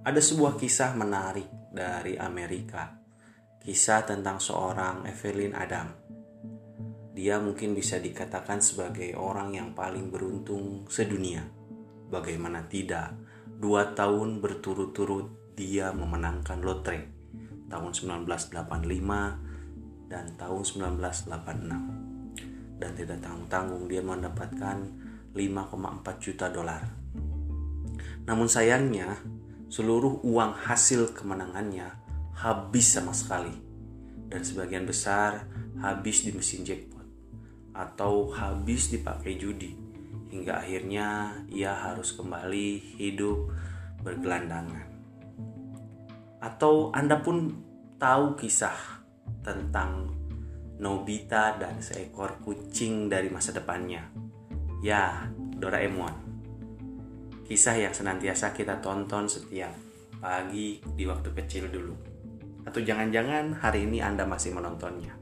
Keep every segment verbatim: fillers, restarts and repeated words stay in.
Ada sebuah kisah menarik dari Amerika. Kisah tentang seorang Evelyn Adam. Dia mungkin bisa dikatakan sebagai orang yang paling beruntung sedunia. Bagaimana tidak, dua tahun berturut-turut dia memenangkan lotre. Tahun sembilan belas delapan puluh lima dan tahun sembilan belas delapan puluh enam. Dan tidak tanggung-tanggung dia mendapatkan lima koma empat juta dolar. Namun sayangnya, seluruh uang hasil kemenangannya habis sama sekali. Dan sebagian besar habis di mesin jackpot atau habis dipakai judi. Hingga akhirnya ia harus kembali hidup bergelandangan. Atau Anda pun tahu kisah tentang Nobita dan seekor kucing dari masa depannya. Ya, Doraemon. Kisah yang senantiasa kita tonton setiap pagi di waktu kecil dulu. Atau jangan-jangan hari ini Anda masih menontonnya.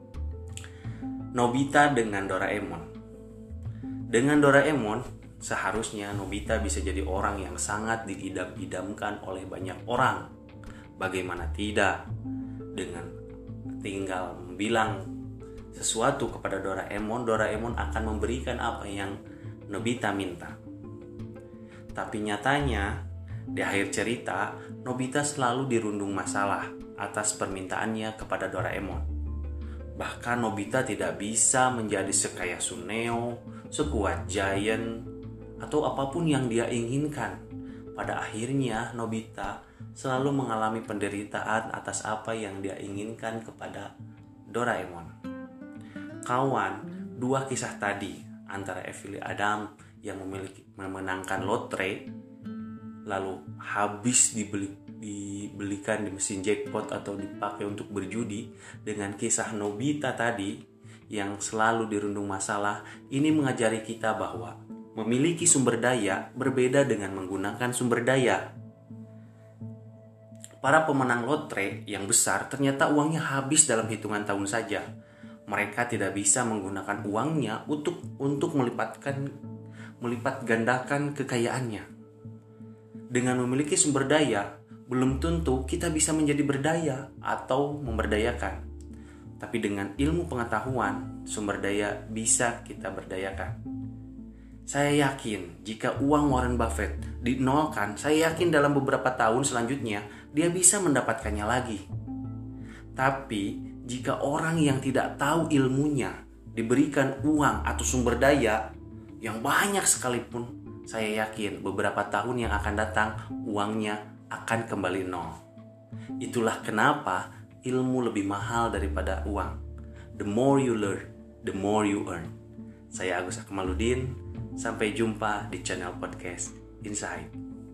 Nobita dengan Doraemon. Dengan Doraemon, seharusnya Nobita bisa jadi orang yang sangat diidam-idamkan oleh banyak orang. Bagaimana tidak? Dengan tinggal bilang sesuatu kepada Doraemon, Doraemon akan memberikan apa yang Nobita minta. Tapi nyatanya, di akhir cerita, Nobita selalu dirundung masalah atas permintaannya kepada Doraemon. Bahkan Nobita tidak bisa menjadi sekaya Suneo, sekuat Giant, atau apapun yang dia inginkan. Pada akhirnya, Nobita selalu mengalami penderitaan atas apa yang dia inginkan kepada Doraemon. Kawan, dua kisah tadi antara Evelyn Adam yang memiliki memenangkan lotre lalu habis dibeli, dibelikan di mesin jackpot atau dipakai untuk berjudi, dengan kisah Nobita tadi yang selalu dirundung masalah, ini mengajari kita bahwa memiliki sumber daya berbeda dengan menggunakan sumber daya. Para pemenang lotre yang besar ternyata uangnya habis dalam hitungan tahun saja. Mereka tidak bisa menggunakan uangnya untuk untuk melipatkan melipat gandakan kekayaannya. Dengan memiliki sumber daya, belum tentu kita bisa menjadi berdaya atau memberdayakan. Tapi dengan ilmu pengetahuan, sumber daya bisa kita berdayakan. Saya yakin jika uang Warren Buffett dinolkan, saya yakin dalam beberapa tahun selanjutnya dia bisa mendapatkannya lagi. Tapi jika orang yang tidak tahu ilmunya diberikan uang atau sumber daya yang banyak sekalipun, saya yakin beberapa tahun yang akan datang uangnya akan kembali nol. Itulah kenapa ilmu lebih mahal daripada uang. The more you learn, the more you earn. Saya Agus Akmaludin, sampai jumpa di channel podcast Insight.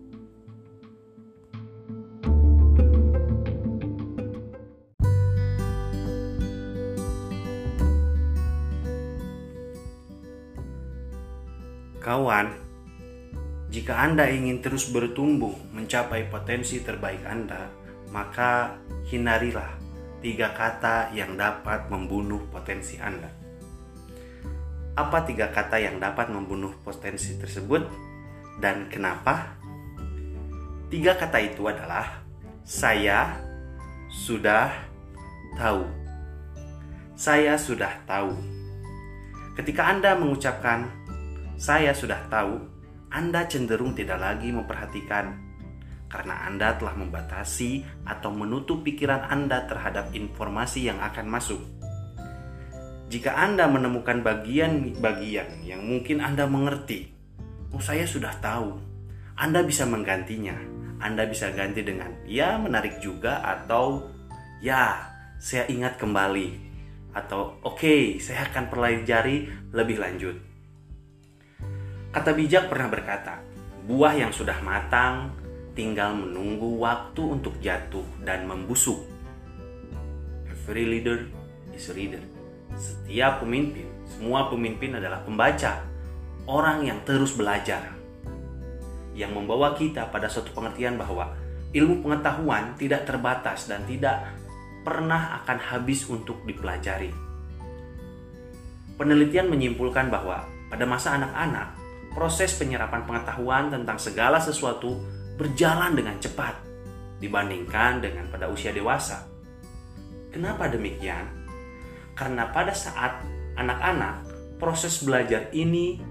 Kawan, jika Anda ingin terus bertumbuh mencapai potensi terbaik Anda, maka hindarilah tiga kata yang dapat membunuh potensi Anda. Apa tiga kata yang dapat membunuh potensi tersebut dan kenapa? Tiga kata itu adalah saya sudah tahu. Saya sudah tahu. Ketika Anda mengucapkan saya sudah tahu, Anda cenderung tidak lagi memperhatikan karena Anda telah membatasi atau menutup pikiran Anda terhadap informasi yang akan masuk. Jika Anda menemukan bagian-bagian yang mungkin Anda mengerti, oh saya sudah tahu, Anda bisa menggantinya. Anda bisa ganti dengan ya menarik juga, atau ya saya ingat kembali, atau oke okay, saya akan pelajari lebih lanjut. Kata bijak pernah berkata, buah yang sudah matang tinggal menunggu waktu untuk jatuh dan membusuk. Every leader is a reader. Setiap pemimpin, semua pemimpin adalah pembaca, orang yang terus belajar, yang membawa kita pada suatu pengertian bahwa ilmu pengetahuan tidak terbatas dan tidak pernah akan habis untuk dipelajari. Penelitian menyimpulkan bahwa pada masa anak-anak, proses penyerapan pengetahuan tentang segala sesuatu berjalan dengan cepat dibandingkan dengan pada usia dewasa. Kenapa demikian? Karena pada saat anak-anak, proses belajar ini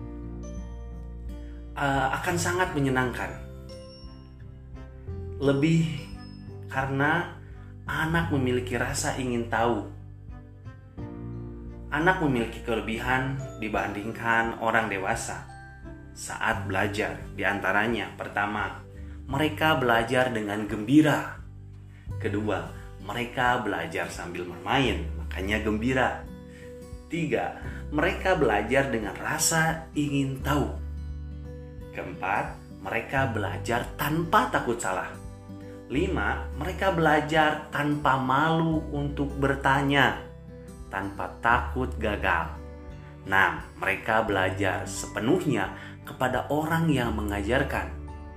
uh, akan sangat menyenangkan. Lebih karena anak memiliki rasa ingin tahu. Anak memiliki kelebihan dibandingkan orang dewasa saat belajar. Di antaranya, pertama, mereka belajar dengan gembira. Kedua, mereka belajar sambil bermain, makanya gembira. Tiga, mereka belajar dengan rasa ingin tahu. Keempat, mereka belajar tanpa takut salah. Lima, mereka belajar tanpa malu untuk bertanya, tanpa takut gagal. Enam, mereka belajar sepenuhnya kepada orang yang mengajarkan.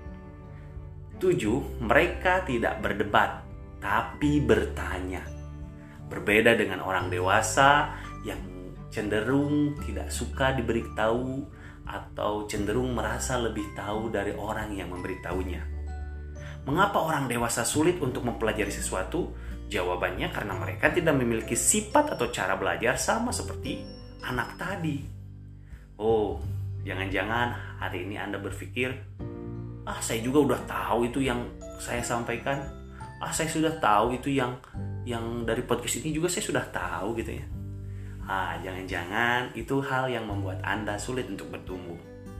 Tujuh, mereka tidak berdebat, tapi bertanya. Berbeda dengan orang dewasa yang cenderung tidak suka diberitahu atau cenderung merasa lebih tahu dari orang yang memberitahunya. Mengapa orang dewasa sulit untuk mempelajari sesuatu? Jawabannya karena mereka tidak memiliki sifat atau cara belajar sama seperti anak tadi. Oh, jangan-jangan hari ini Anda berpikir, ah saya juga udah tahu itu yang saya sampaikan. Ah saya sudah tahu itu yang yang dari podcast ini juga saya sudah tahu gitu ya. Ah, jangan-jangan itu hal yang membuat Anda sulit untuk bertumbuh.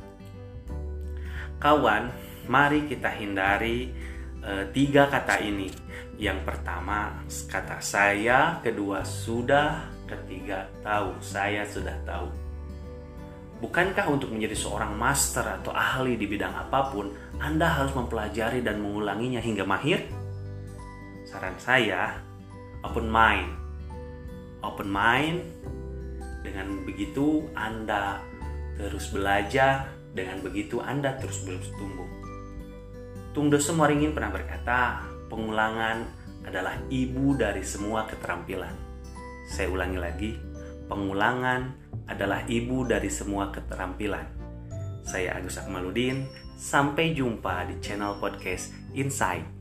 Kawan, mari kita hindari e, tiga kata ini. Yang pertama, kata saya. Kedua, sudah. Ketiga, tahu. Saya sudah tahu. Bukankah untuk menjadi seorang master atau ahli di bidang apapun, Anda harus mempelajari dan mengulanginya hingga mahir? Saran saya, open mind. Open mind. Dengan begitu Anda terus belajar, dengan begitu Anda terus bertumbuh. Tung Desem Waringin pernah berkata, pengulangan adalah ibu dari semua keterampilan. Saya ulangi lagi, pengulangan adalah ibu dari semua keterampilan. Saya Agus Akmaludin, sampai jumpa di channel podcast Insight.